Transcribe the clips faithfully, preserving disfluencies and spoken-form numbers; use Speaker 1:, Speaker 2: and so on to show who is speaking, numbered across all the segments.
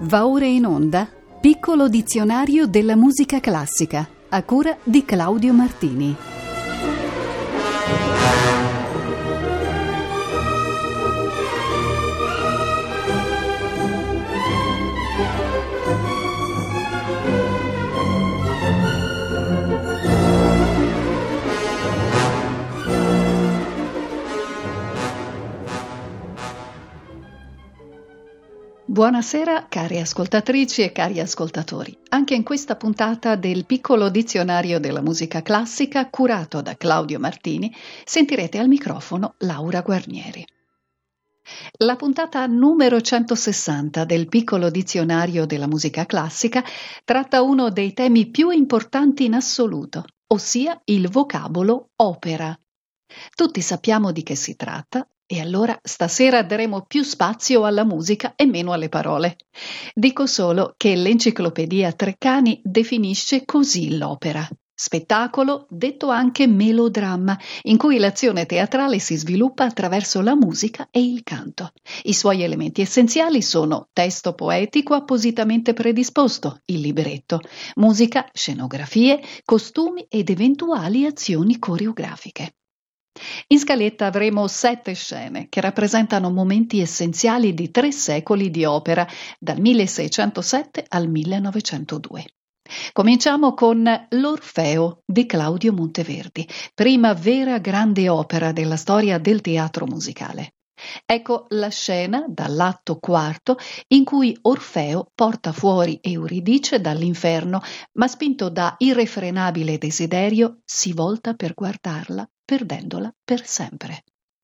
Speaker 1: Va ora in onda Piccolo dizionario della musica classica, a cura di Claudio Martini. Buonasera cari ascoltatrici e cari ascoltatori. Anche in questa puntata del Piccolo dizionario della musica classica, curato da Claudio Martini, sentirete al microfono Laura Guarnieri. La puntata numero centosessanta del Piccolo dizionario della musica classica tratta uno dei temi più importanti in assoluto, ossia il vocabolo opera. Tutti sappiamo di che si tratta, e allora stasera daremo più spazio alla musica e meno alle parole. Dico solo che l'Enciclopedia Treccani definisce così l'opera: spettacolo, detto anche melodramma, in cui l'azione teatrale si sviluppa attraverso la musica e il canto. I suoi elementi essenziali sono testo poetico appositamente predisposto, il libretto, musica, scenografie, costumi ed eventuali azioni coreografiche. In scaletta avremo sette scene che rappresentano momenti essenziali di tre secoli di opera, dal milleseicentosette al millenovecentodue. Cominciamo con l'Orfeo di Claudio Monteverdi, prima vera grande opera della storia del teatro musicale. Ecco la scena dall'atto quarto in cui Orfeo porta fuori Euridice dall'inferno, ma spinto da irrefrenabile desiderio si volta per guardarla, perdendola per sempre.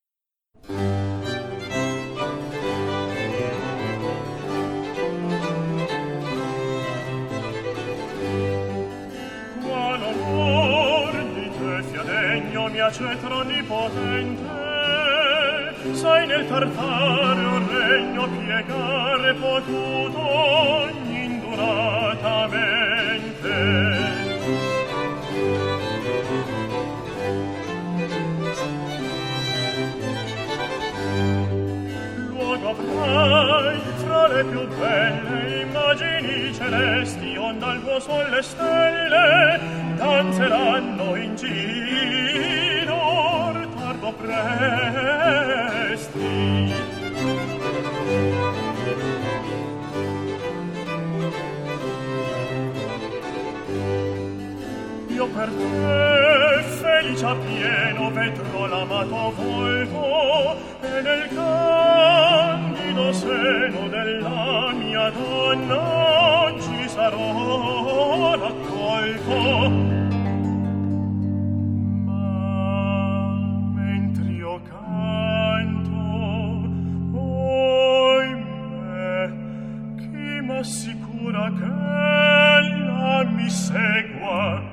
Speaker 2: Qual onor di te sia degno mia cetro onnipotente, sai nel Tartareo regno piegare potuto ogni induratamente. Luogo avrai fra le più belle immagini celesti, onde al tuo sol le stelle danzeranno in giro tardo presti. Io per te felice appieno vedrò l'amato volto e nel candido seno della mia donna oggi sarò raccolto. Ma mentre io canto, oimè, chi m'assicura che ella mi segua?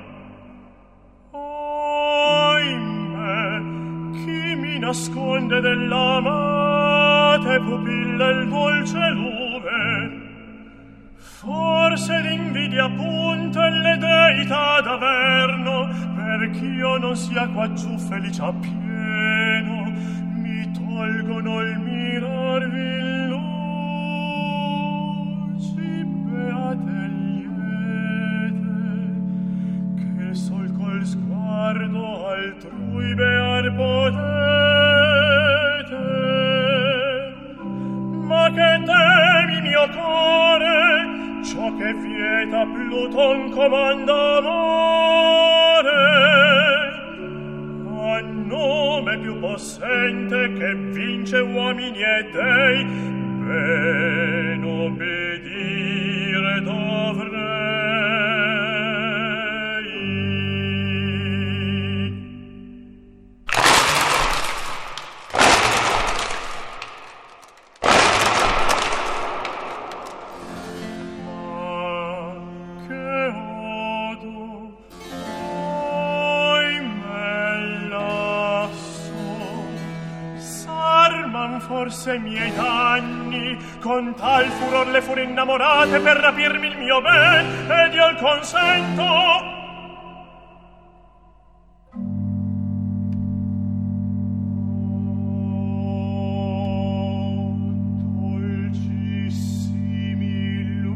Speaker 2: Nasconde dell'amate pupille il dolce lume, forse l'invidia appunto e le deità d'averno, perch'io non sia qua giù felice appieno, mi tolgono il mirarvi luci beate liete, che sol col sguardo altrui bear potete. Ma che temi mio core, ciò che vieta Pluton comanda amore, a nome più possente che vince uomini e dei, ben obbedire dovrei. Forse i miei danni con tal furor le fur innamorate per rapirmi il mio ben, ed io il consento. Dolcissimi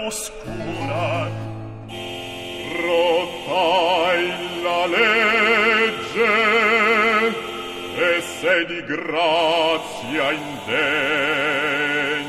Speaker 2: oscura. Rotta la legge e sei di grazia indegno.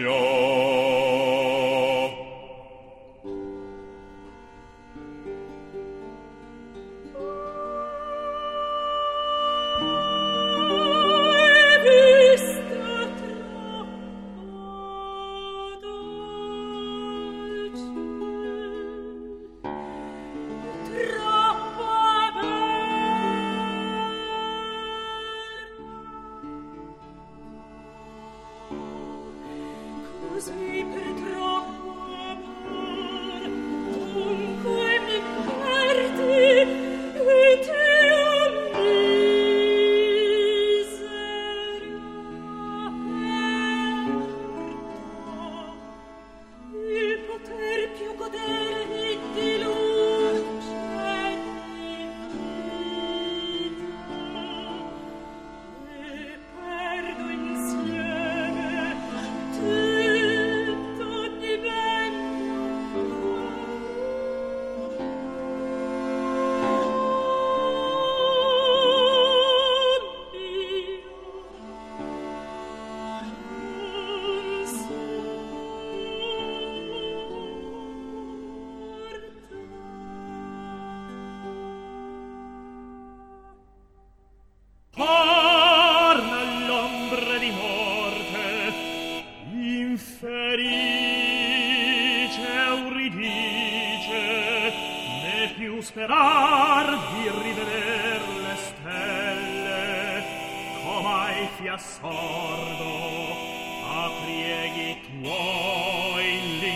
Speaker 2: Sperar di riveder le stelle, com'ai fia sordo a prieghi tuoi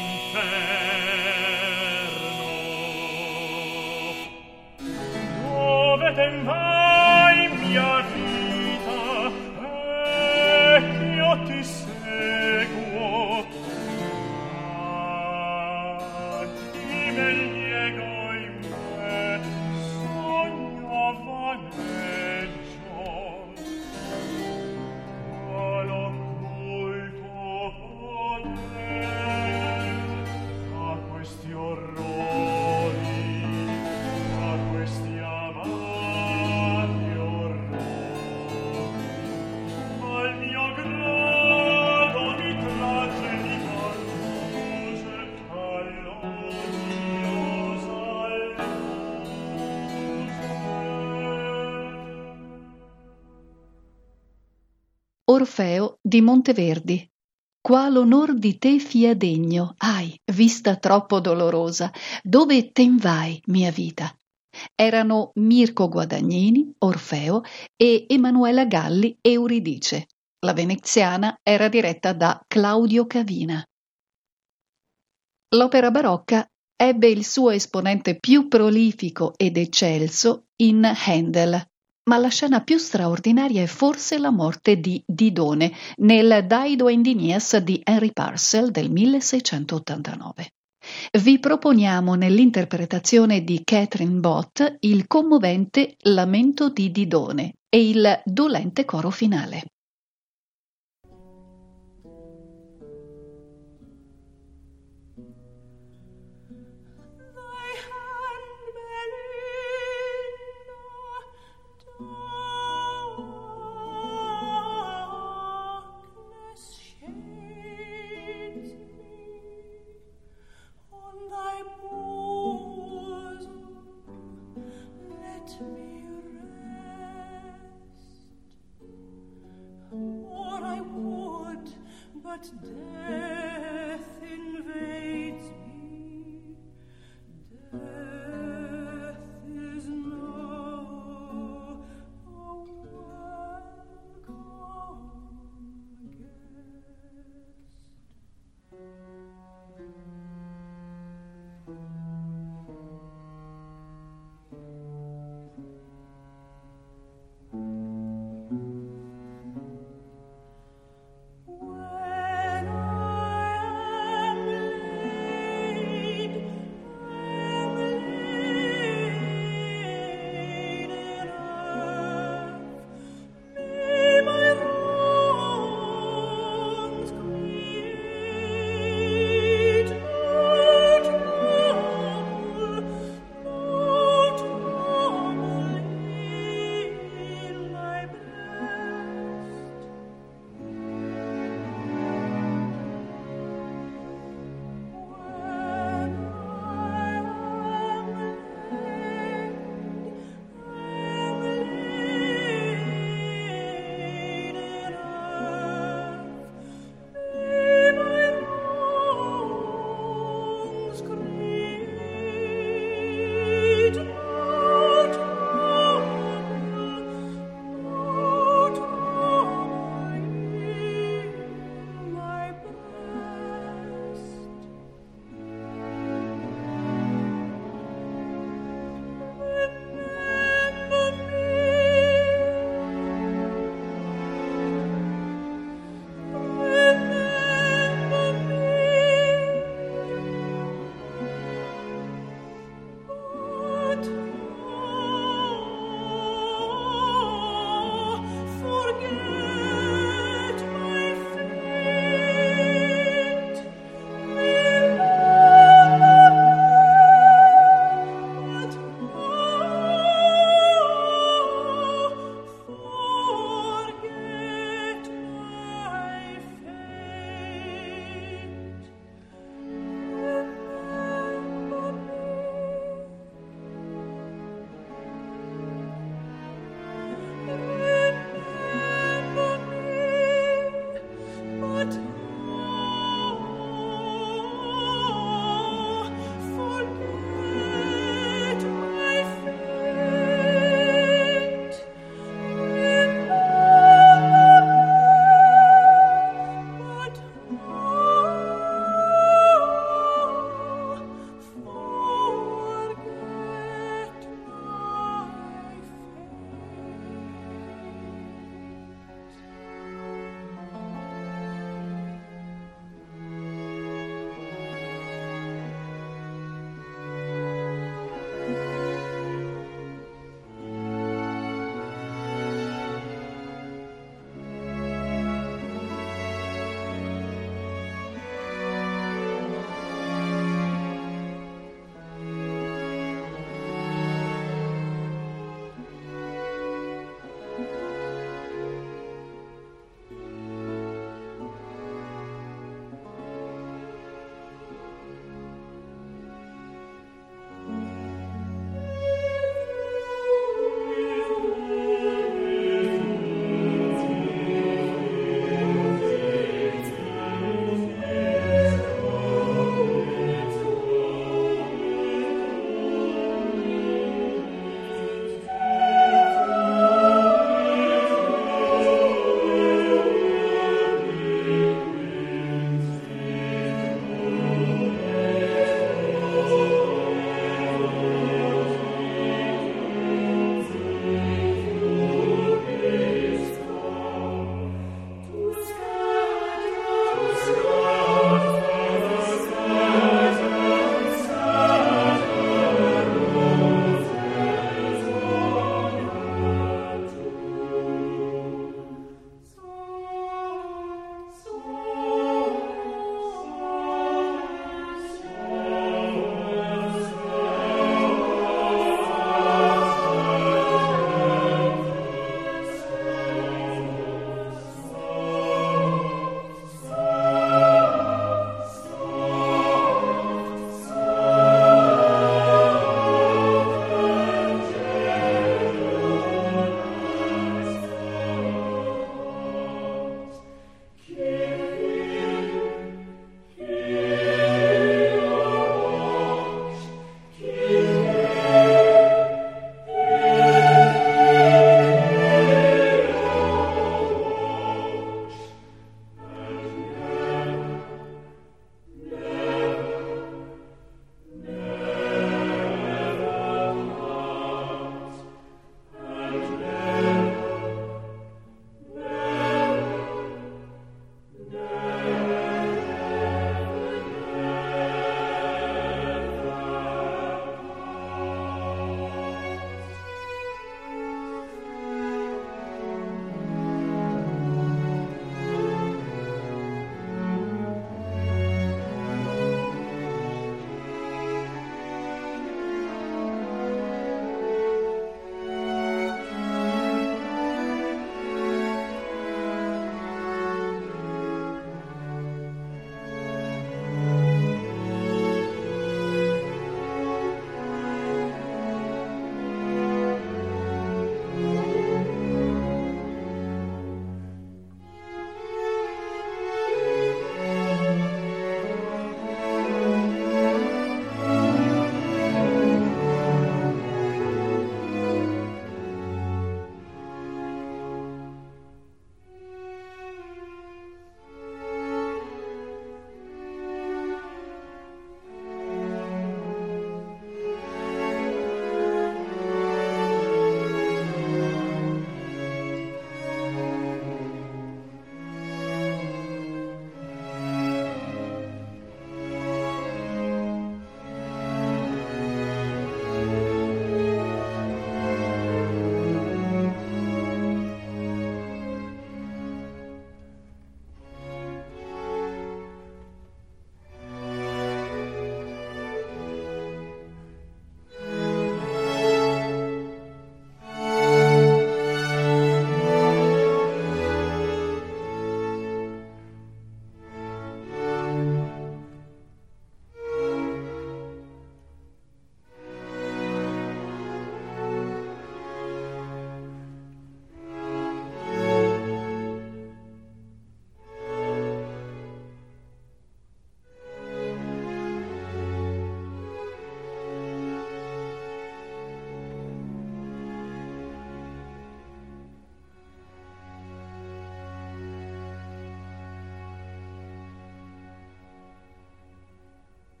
Speaker 2: l'inferno. Dove te vai, mia vita, e io ti seguo. Ah, di me liego
Speaker 1: Orfeo di Monteverdi. Qual onor di te fia degno, ai, vista troppo dolorosa, dove ten vai, mia vita? Erano Mirko Guadagnini, Orfeo, e Emanuela Galli, Euridice. La veneziana era diretta da Claudio Cavina. L'opera barocca ebbe il suo esponente più prolifico ed eccelso in Handel, ma la scena più straordinaria è forse la morte di Didone nel Dido and Aeneas di Henry Purcell del milleseicentottantanove. Vi proponiamo nell'interpretazione di Catherine Bott il commovente Lamento di Didone e il dolente coro finale.
Speaker 3: But death invades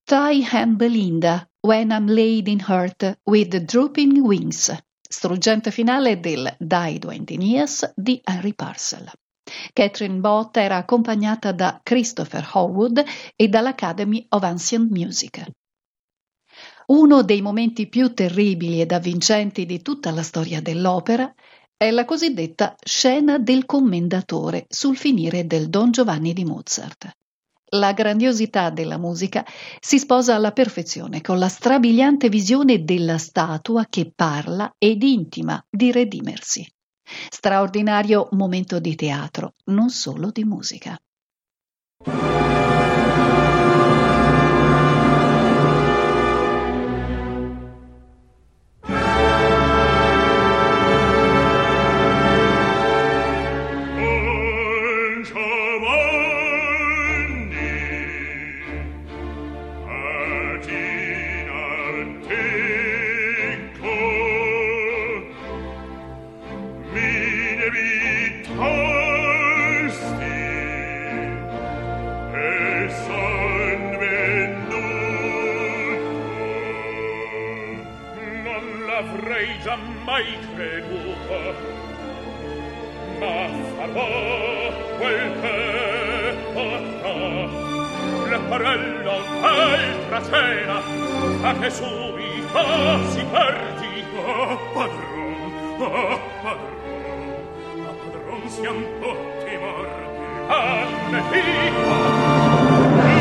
Speaker 1: Ty and Belinda, When I'm Laid in Hurt with Drooping Wings, struggente finale del Die twenty Years di Henry Purcell. Catherine Bott era accompagnata da Christopher Horwood e dall'Academy of Ancient Music. Uno dei momenti più terribili ed avvincenti di tutta la storia dell'opera è la cosiddetta scena del commendatore sul finire del Don Giovanni di Mozart. La grandiosità della musica si sposa alla perfezione con la strabiliante visione della statua che parla ed intima di redimersi. Straordinario momento di teatro, non solo di musica.
Speaker 2: Mai creduto, ma farò quel che potrò. Leporello, altra cena, fa che subito si perdi. Oh, padron, oh, padron, a padron siam tutti morti. Anne figlio,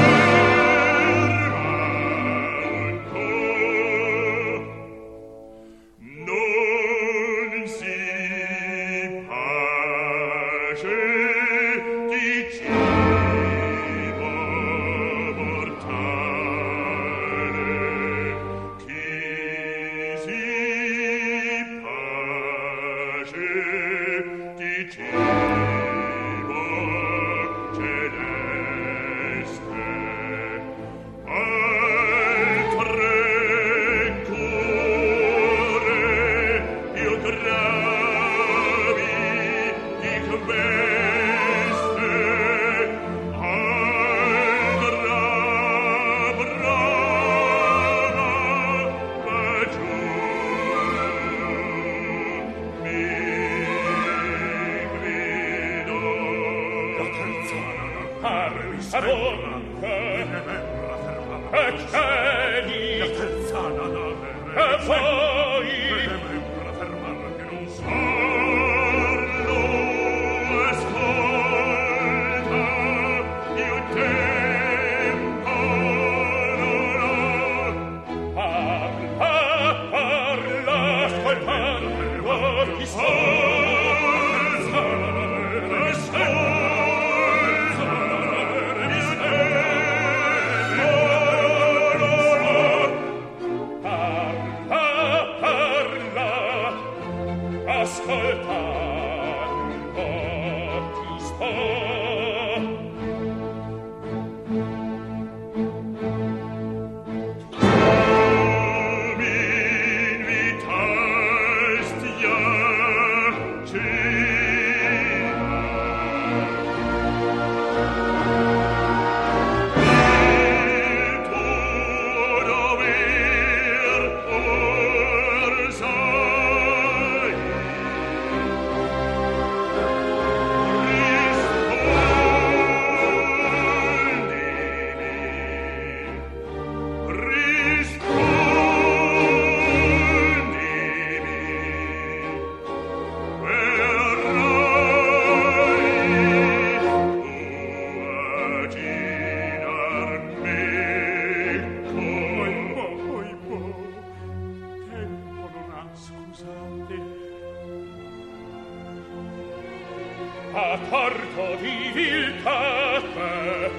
Speaker 2: a torto di viltà te,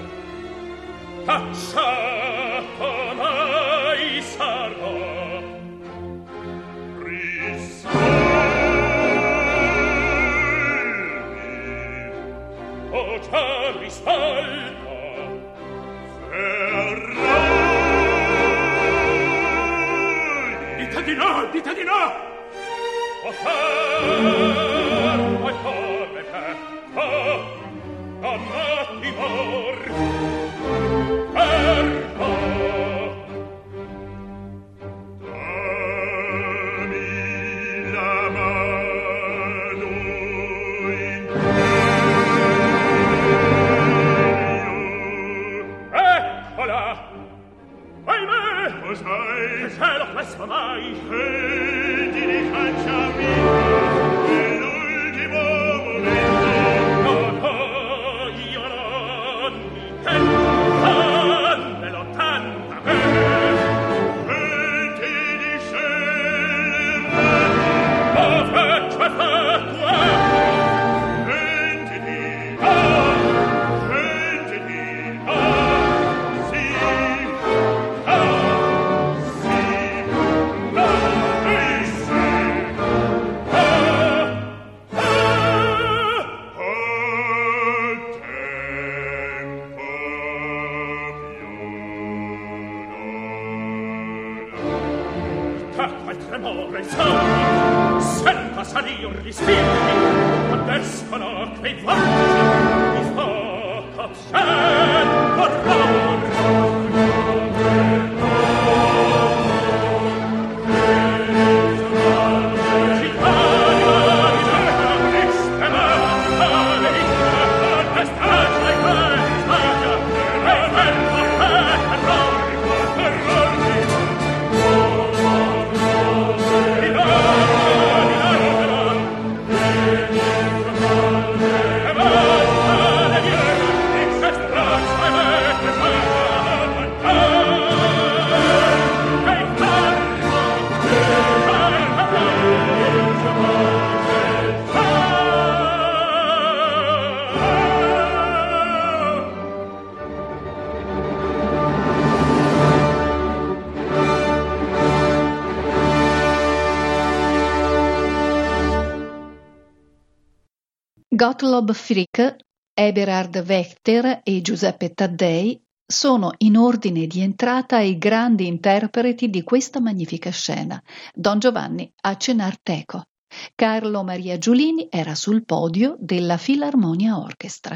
Speaker 2: taxato mai sarò. Risolvi, o già risolto, verrai. Dite di no, dite di no! O fermo e come te, oh, dannati mor, fermo! Ahimè! Cos'hai? Che cielo questo mai? Senti di cacciami nell'ultimo momento. No, no, io non mi intendo, me lo tanta me. Senti di scegliere, oh, faccia facqua. Senti di no, senti di no, sì. Tremore sai, senta salì un respiro, quando escono quei vanti di fuoco, sento orrore.
Speaker 1: Gottlob Fricke, Eberhard Wächter e Giuseppe Taddei sono in ordine di entrata i grandi interpreti di questa magnifica scena. Don Giovanni a cenar teco. Carlo Maria Giulini era sul podio della Filarmonia Orchestra.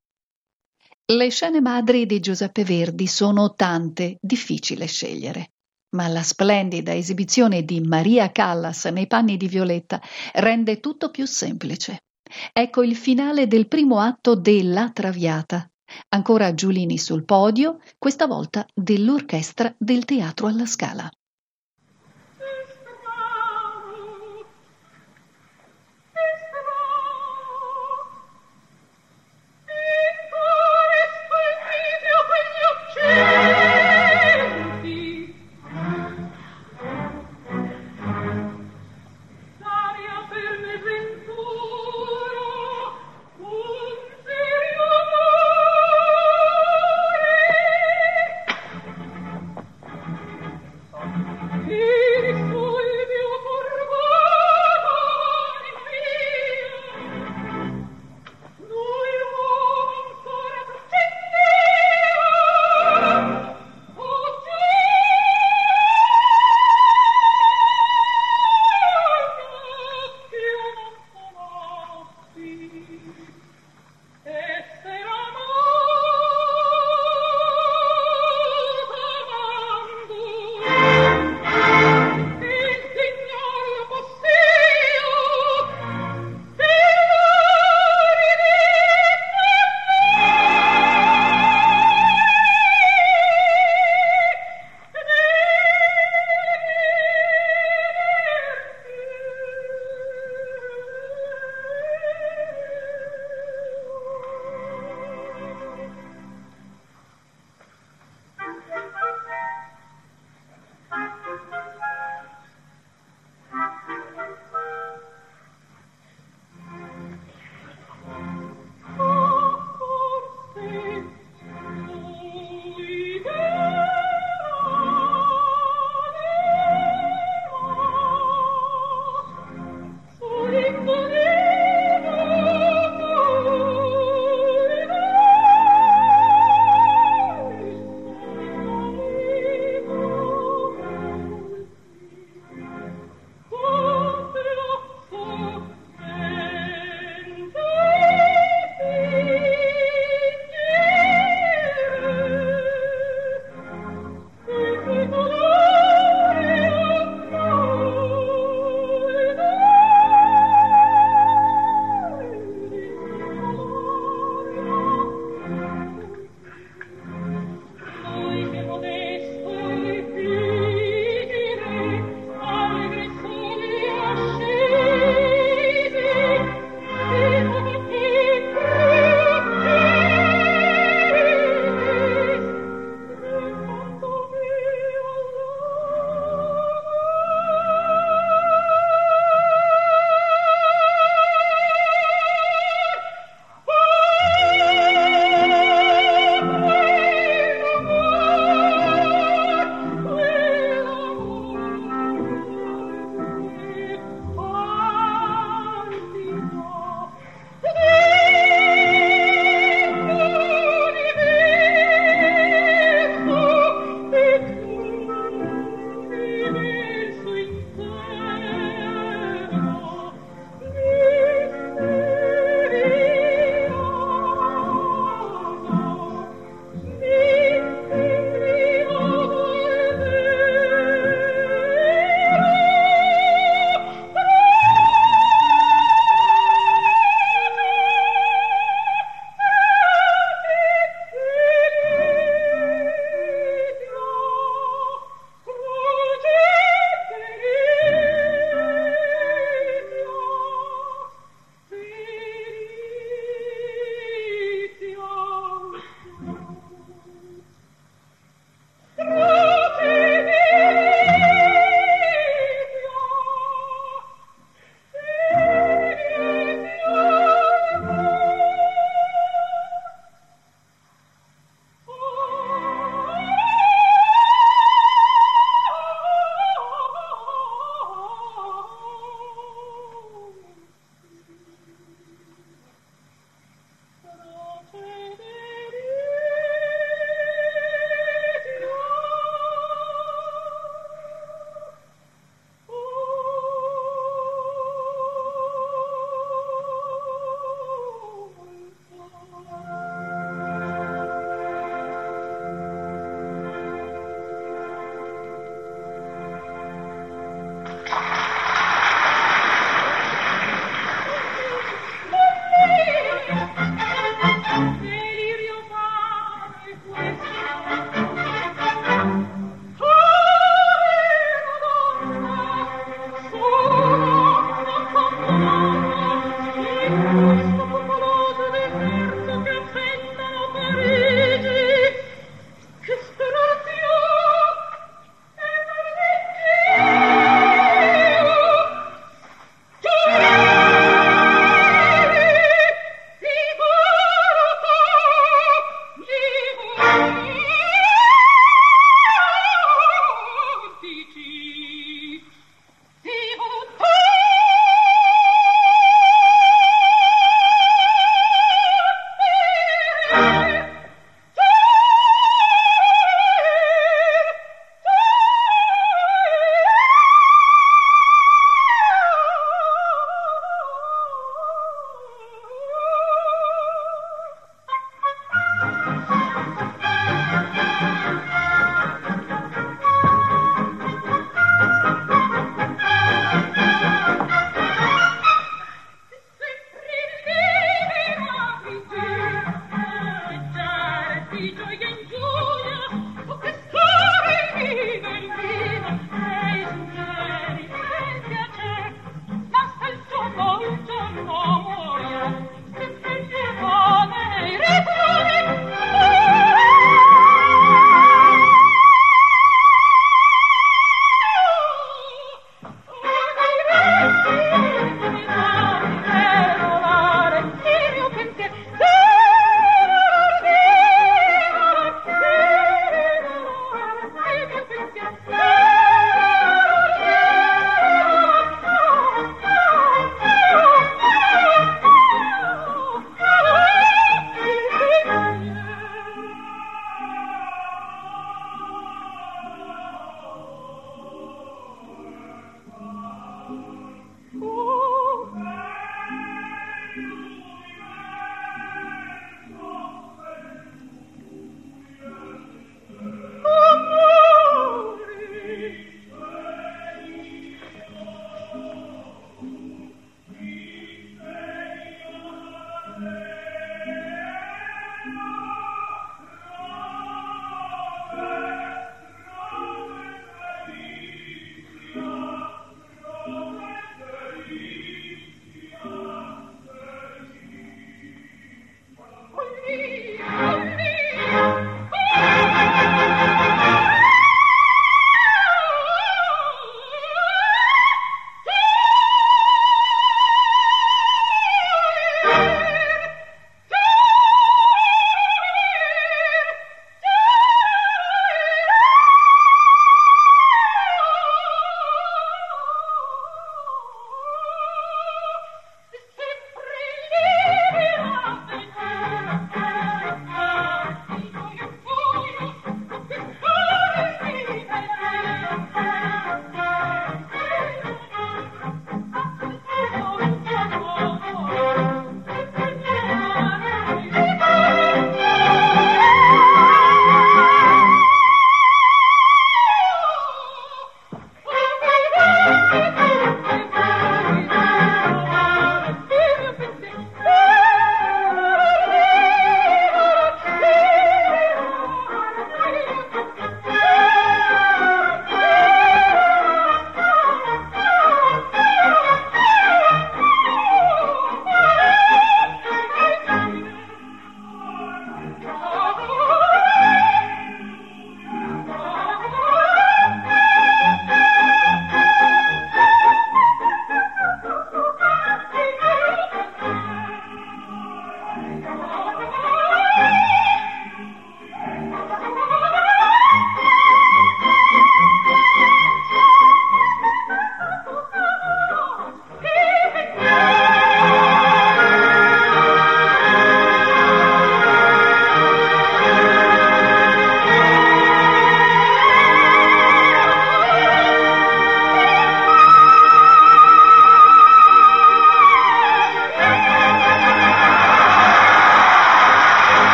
Speaker 1: Le scene madri di Giuseppe Verdi sono tante, difficile scegliere. Ma la splendida esibizione di Maria Callas nei panni di Violetta rende tutto più semplice. Ecco il finale del primo atto de La Traviata. Ancora Giulini sul podio, questa volta dell'orchestra del Teatro alla Scala.
Speaker 3: Thank you.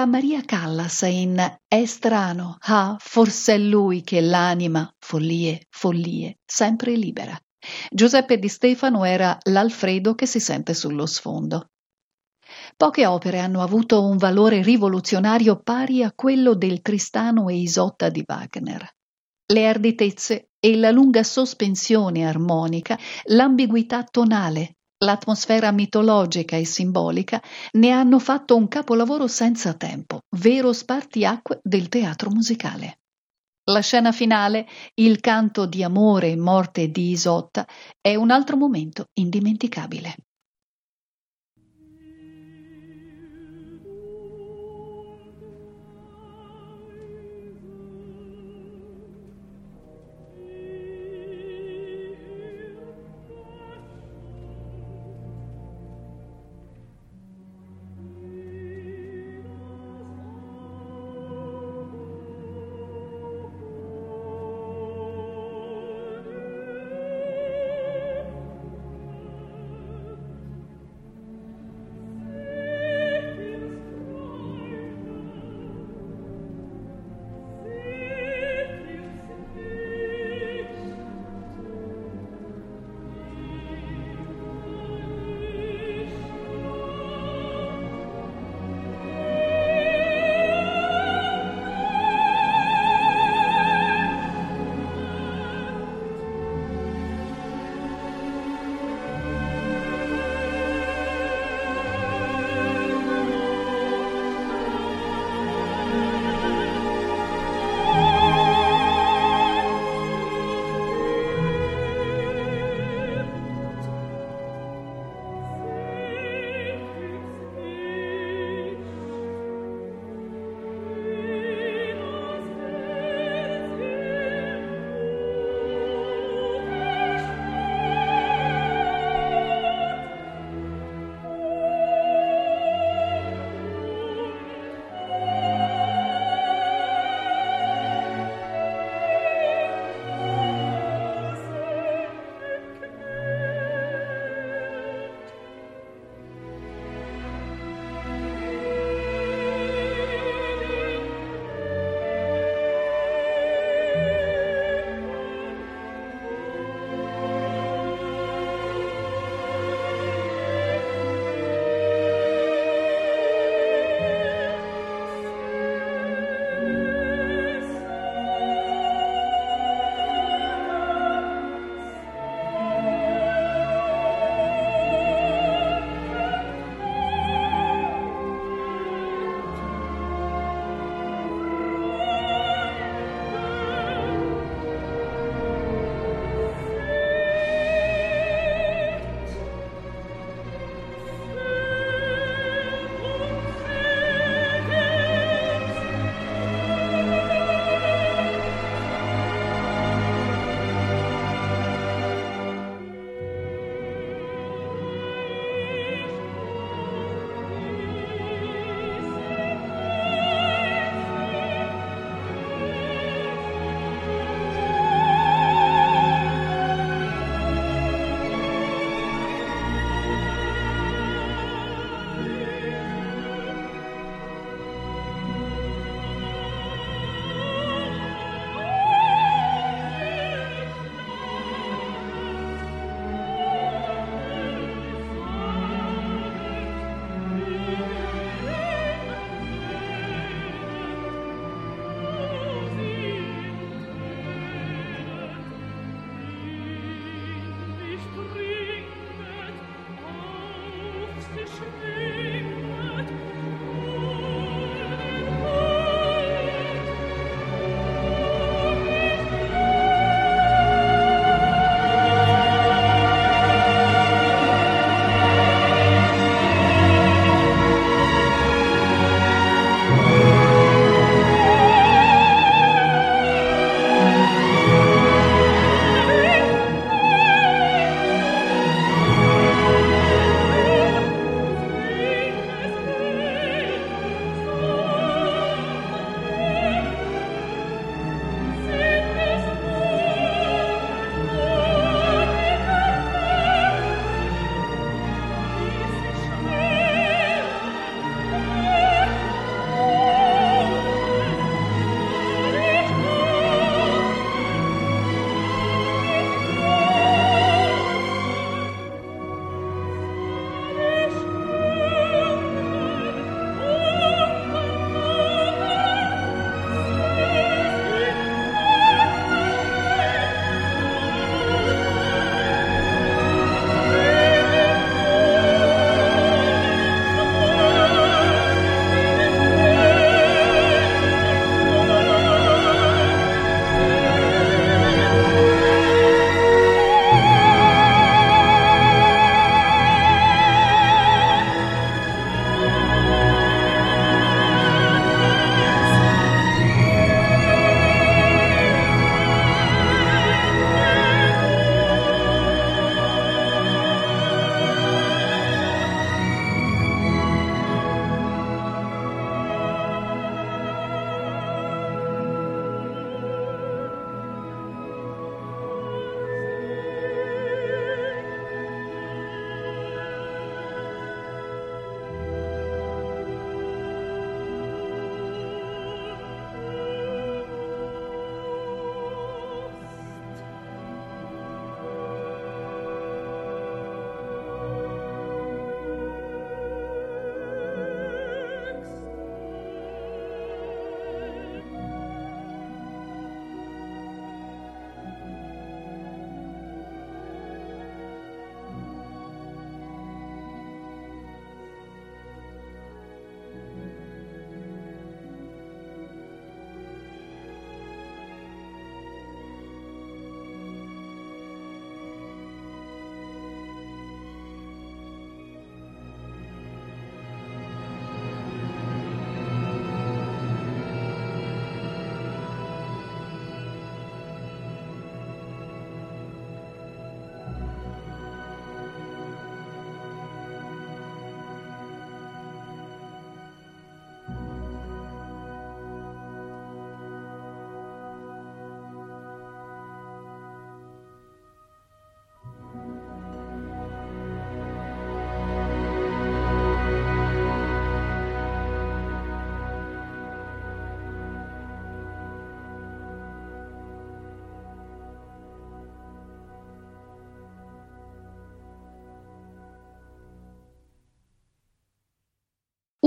Speaker 1: Maria Callas in È strano, ah, forse è lui che l'anima, follie, follie, sempre libera. Giuseppe Di Stefano era l'Alfredo che si sente sullo sfondo. Poche opere hanno avuto un valore rivoluzionario pari a quello del Tristano e Isotta di Wagner. Le arditezze e la lunga sospensione armonica, l'ambiguità tonale, l'atmosfera mitologica e simbolica ne hanno fatto un capolavoro senza tempo, vero spartiacque del teatro musicale. La scena finale, il canto di amore e morte di Isotta, è un altro momento indimenticabile.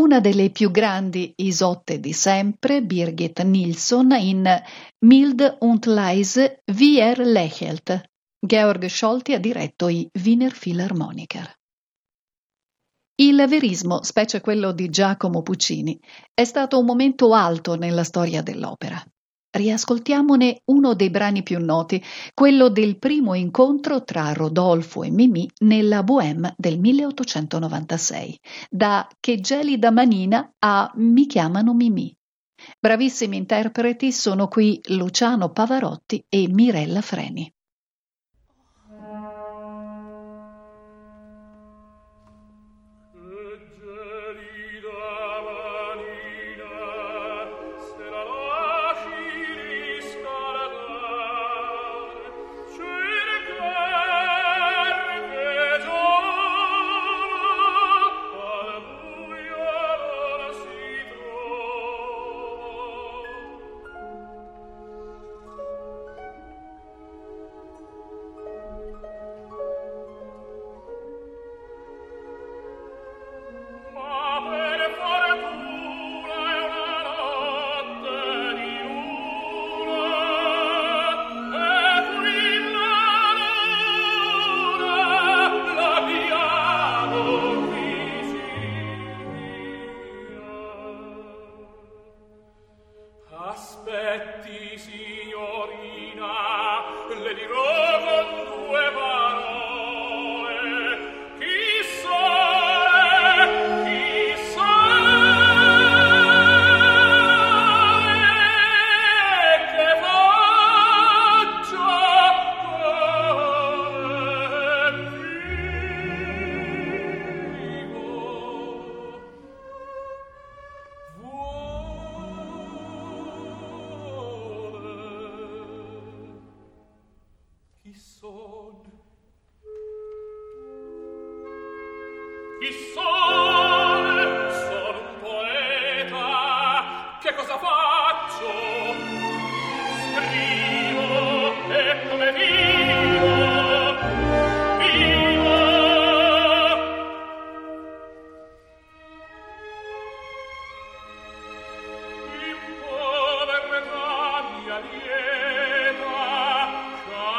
Speaker 1: una delle più grandi Isotte di sempre, Birgit Nilsson, in Mild und leise wie er lächelt. Georg Scholti ha diretto i Wiener Philharmoniker. Il verismo, specie quello di Giacomo Puccini, è stato un momento alto nella storia dell'opera. Riascoltiamone uno dei brani più noti, quello del primo incontro tra Rodolfo e Mimì nella Bohème del milleottocentonovantasei, da Che gelida manina a Mi chiamano Mimì. Bravissimi interpreti sono qui Luciano Pavarotti e Mirella Freni.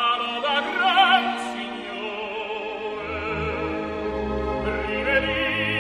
Speaker 2: Rivedi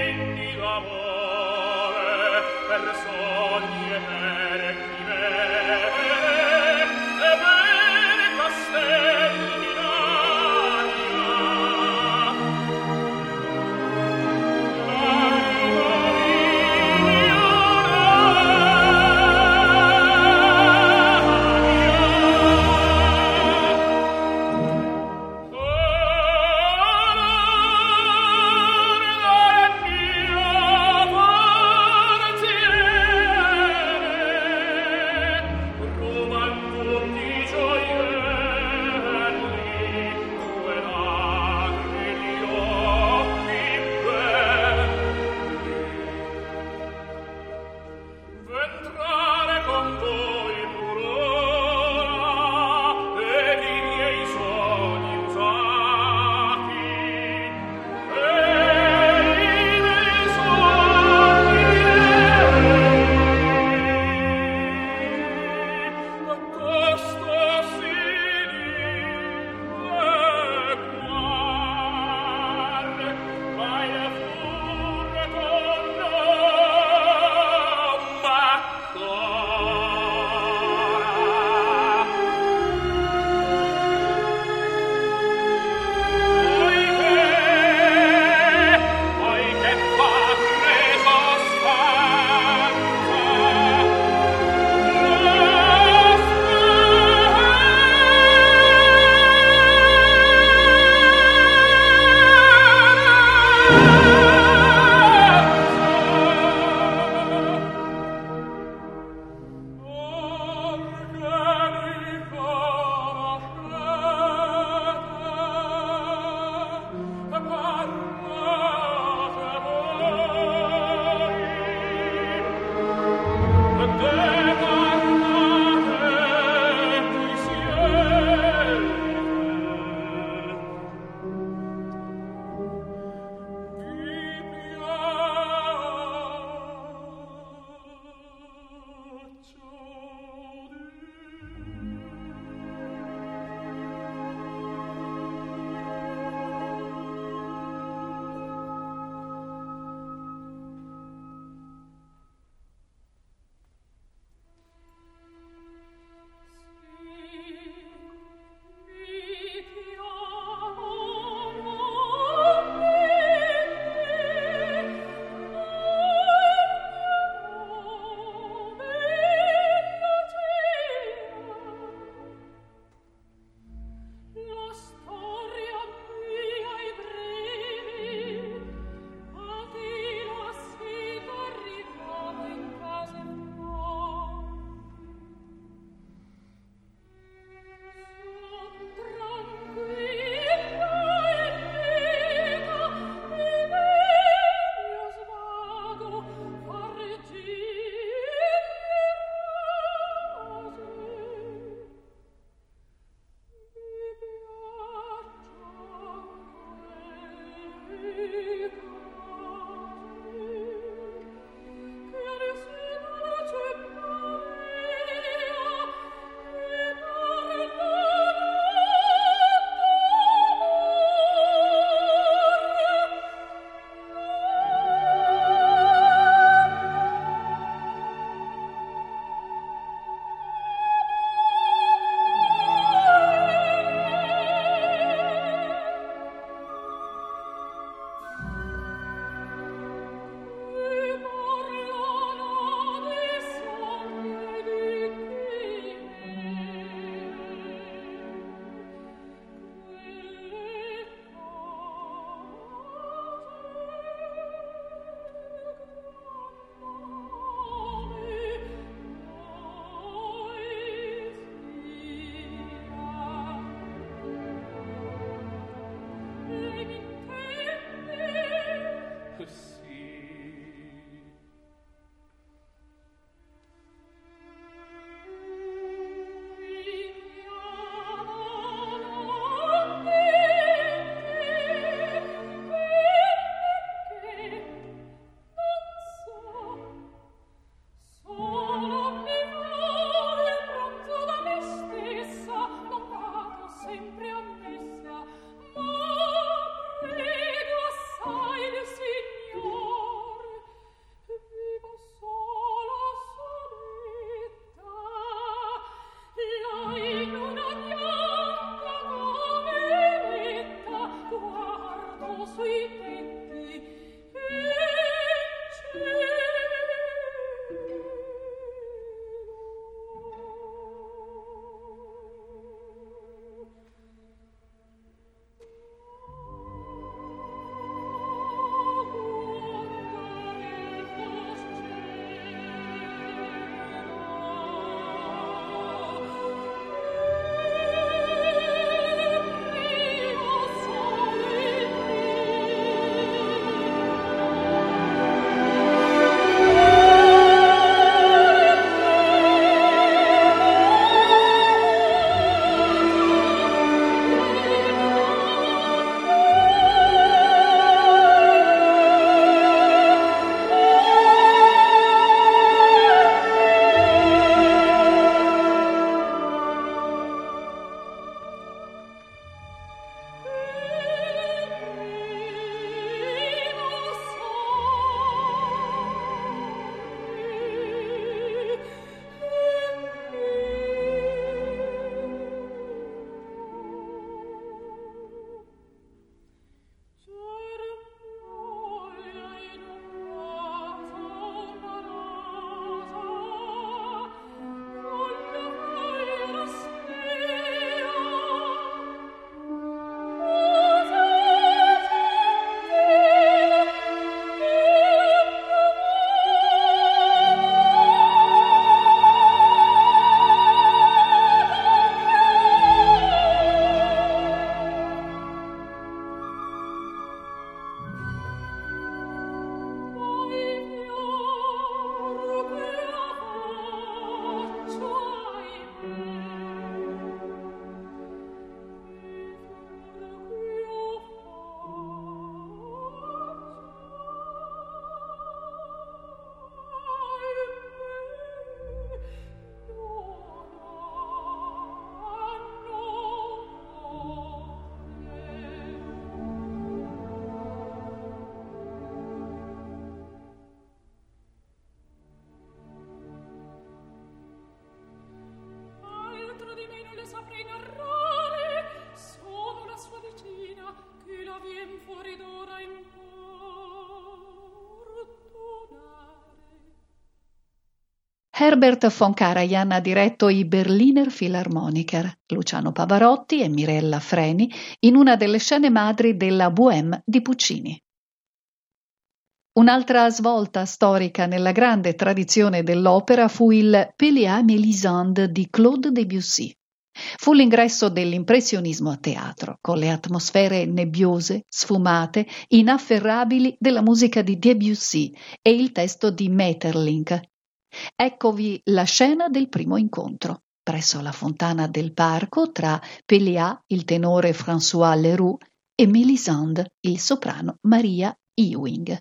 Speaker 1: Herbert von Karajan ha diretto i Berliner Philharmoniker, Luciano Pavarotti e Mirella Freni, in una delle scene madri della Bohème di Puccini. Un'altra svolta storica nella grande tradizione dell'opera fu il Péléas-Mélisande di Claude Debussy. Fu l'ingresso dell'impressionismo a teatro, con le atmosfere nebbiose, sfumate, inafferrabili della musica di Debussy e il testo di Maeterlinck. Eccovi la scena del primo incontro, presso la fontana del parco tra Péléas, il tenore François Leroux, e Mélisande, il soprano Maria Ewing.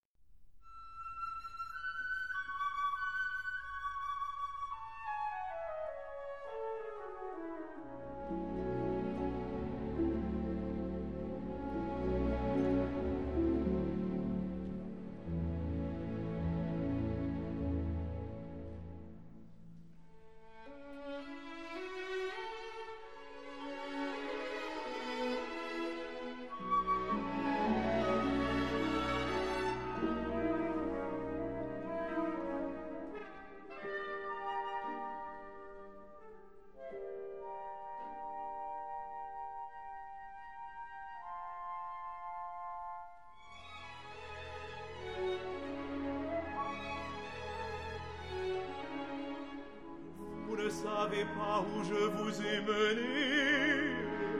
Speaker 2: Savez pas où je vous ai mené.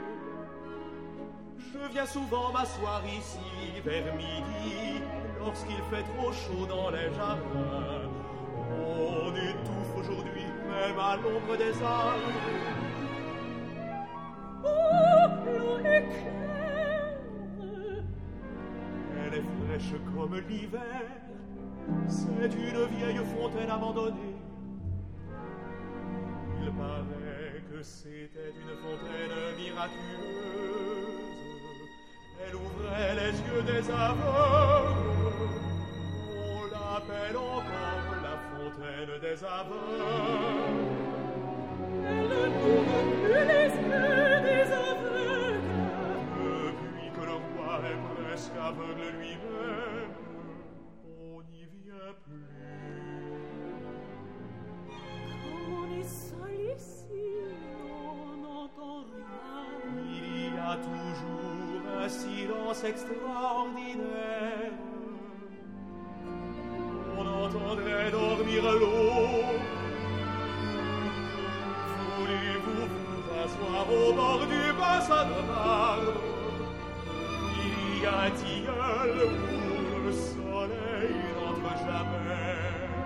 Speaker 2: Je viens souvent m'asseoir ici vers midi, lorsqu'il fait trop chaud dans les jardins. On étouffe aujourd'hui, même à l'ombre des arbres. Oh, l'eau est claire. Elle est fraîche comme l'hiver. C'est une vieille fontaine abandonnée. Il paraît que c'était une fontaine miraculeuse. Elle ouvrait les yeux des aveugles. On l'appelle encore la fontaine des aveugles. Elle n'ouvre plus les yeux des aveugles. Depuis que le roi est presque aveugle lui-même, on n'y vient plus. Ici, on n'entend rien. Il y a toujours un silence extraordinaire. On entendrait dormir l'eau. Voulez-vous vous asseoir au bord du bassin de marbre? Il y a un tilleul où le soleil n'entre jamais.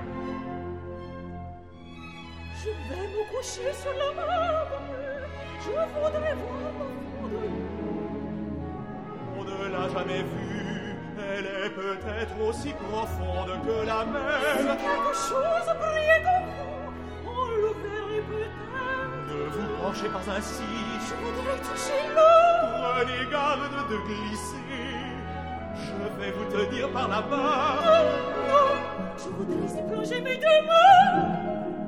Speaker 2: Je vais me coucher sur la marbre. Je voudrais voir mon fond. On ne l'a jamais vue. Elle est peut-être aussi profonde que la mer. Si quelque chose brillait au fond, on le verrait peut-être. Ne vous penchez pas ainsi. Je voudrais toucher l'eau. Prenez garde de glisser. Je vais vous tenir par la main. Non, non, je voudrais y plonger mes deux mains.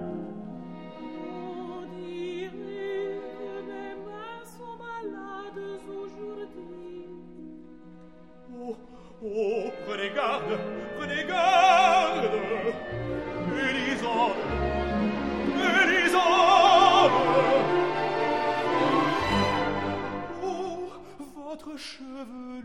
Speaker 2: Oh, prenez garde, prenez garde. Mélisande, Mélisande. Oh, votre chevelure.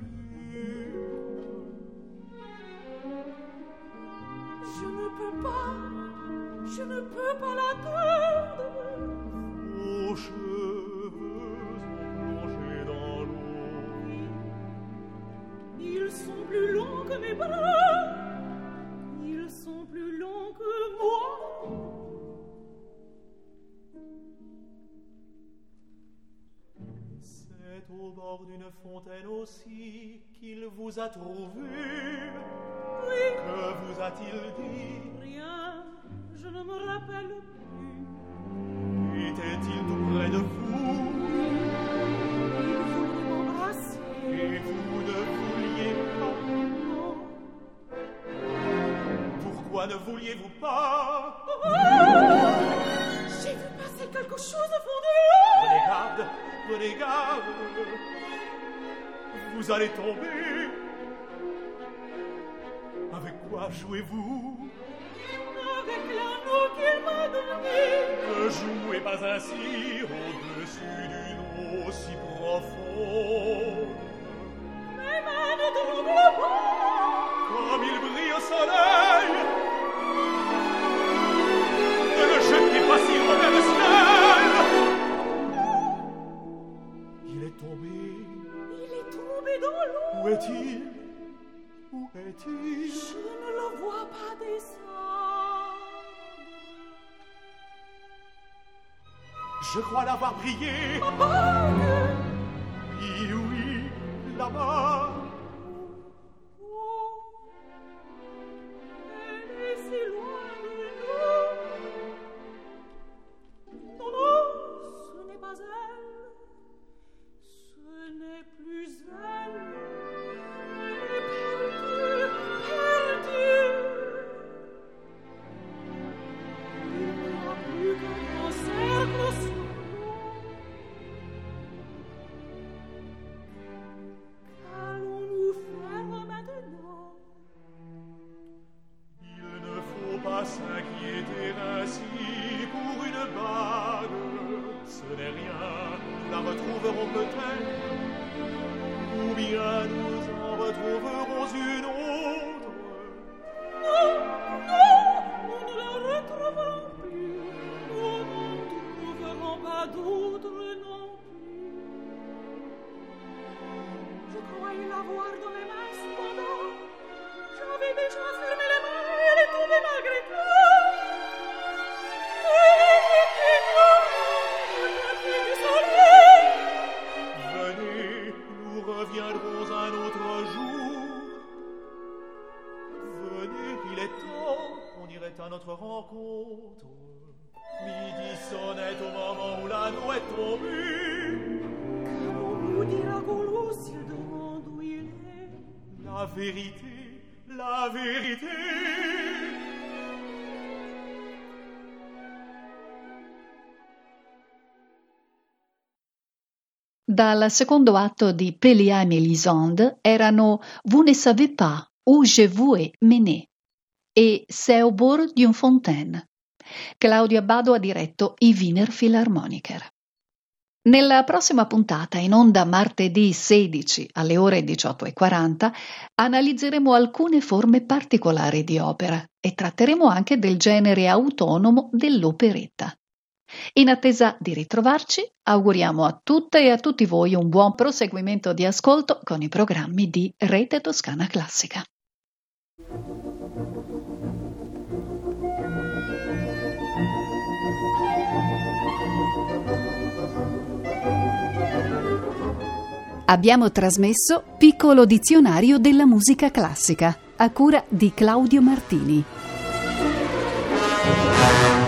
Speaker 2: Je ne peux pas, je ne peux pas l'attendre. Vos cheveux sont plongés dans l'eau. Ils sont plus longs que mes bras. Ils sont plus longs que moi. C'est au bord d'une fontaine aussi qu'il vous a trouvé. Oui. Que vous a-t-il dit? Rien, je ne me rappelle plus. Était-il tout près de vous? Il voulait m'embrasser. Et vous ne vouliez pas? Non. Pourquoi ne vouliez-vous pas? Oh, j'ai vu passer quelque chose au fond de l'eau. Prenez garde, prenez garde. Vous allez tomber. Avec quoi jouez-vous? Avec piano qu'il m'a donné. Ne jouez pas ainsi au-dessus d'une eau si profonde. Mes mains ne tremblent pas comme il brille au soleil. Ne le jetez pas si loin vers le ciel. Il est tombé. Il est tombé dans l'eau. Où est-il? Où est-il? Je ne le vois pas descendre. Je crois l'avoir brillé. Ma bague. Oui, oui, là-bas. Elle est si loin de nous. Non, non, ce n'est pas elle. Ce n'est plus elle. S'inquiéter ainsi pour une bague, ce n'est rien, nous la retrouverons peut-être, ou bien nous en retrouverons une autre. Non, non, nous ne la retrouverons plus, nous n'en trouverons pas d'autre non plus. Je croyais la voir dans mes mains cependant, j'avais déjà fermé les mains et elle est tombée malgré tout. Venez, nous reviendrons un autre jour. Venez, il est temps, on irait à notre rencontre. Midi sonnait au moment où la nuit est tombée. Qu'allons-nous dire à Golo s'il demande où il est? La vérité, la vérité.
Speaker 1: Dal secondo atto di Pélia et Mélisande erano Vous ne savez pas où je vous mener e C'est au bord d'une fontaine. Claudio Abbado ha diretto i Wiener Philharmoniker. Nella prossima puntata, in onda martedì sedici alle ore diciotto e quaranta, analizzeremo alcune forme particolari di opera e tratteremo anche del genere autonomo dell'operetta. In attesa di ritrovarci, auguriamo a tutte e a tutti voi un buon proseguimento di ascolto con i programmi di Rete Toscana Classica. Abbiamo trasmesso Piccolo dizionario della musica classica, a cura di Claudio Martini.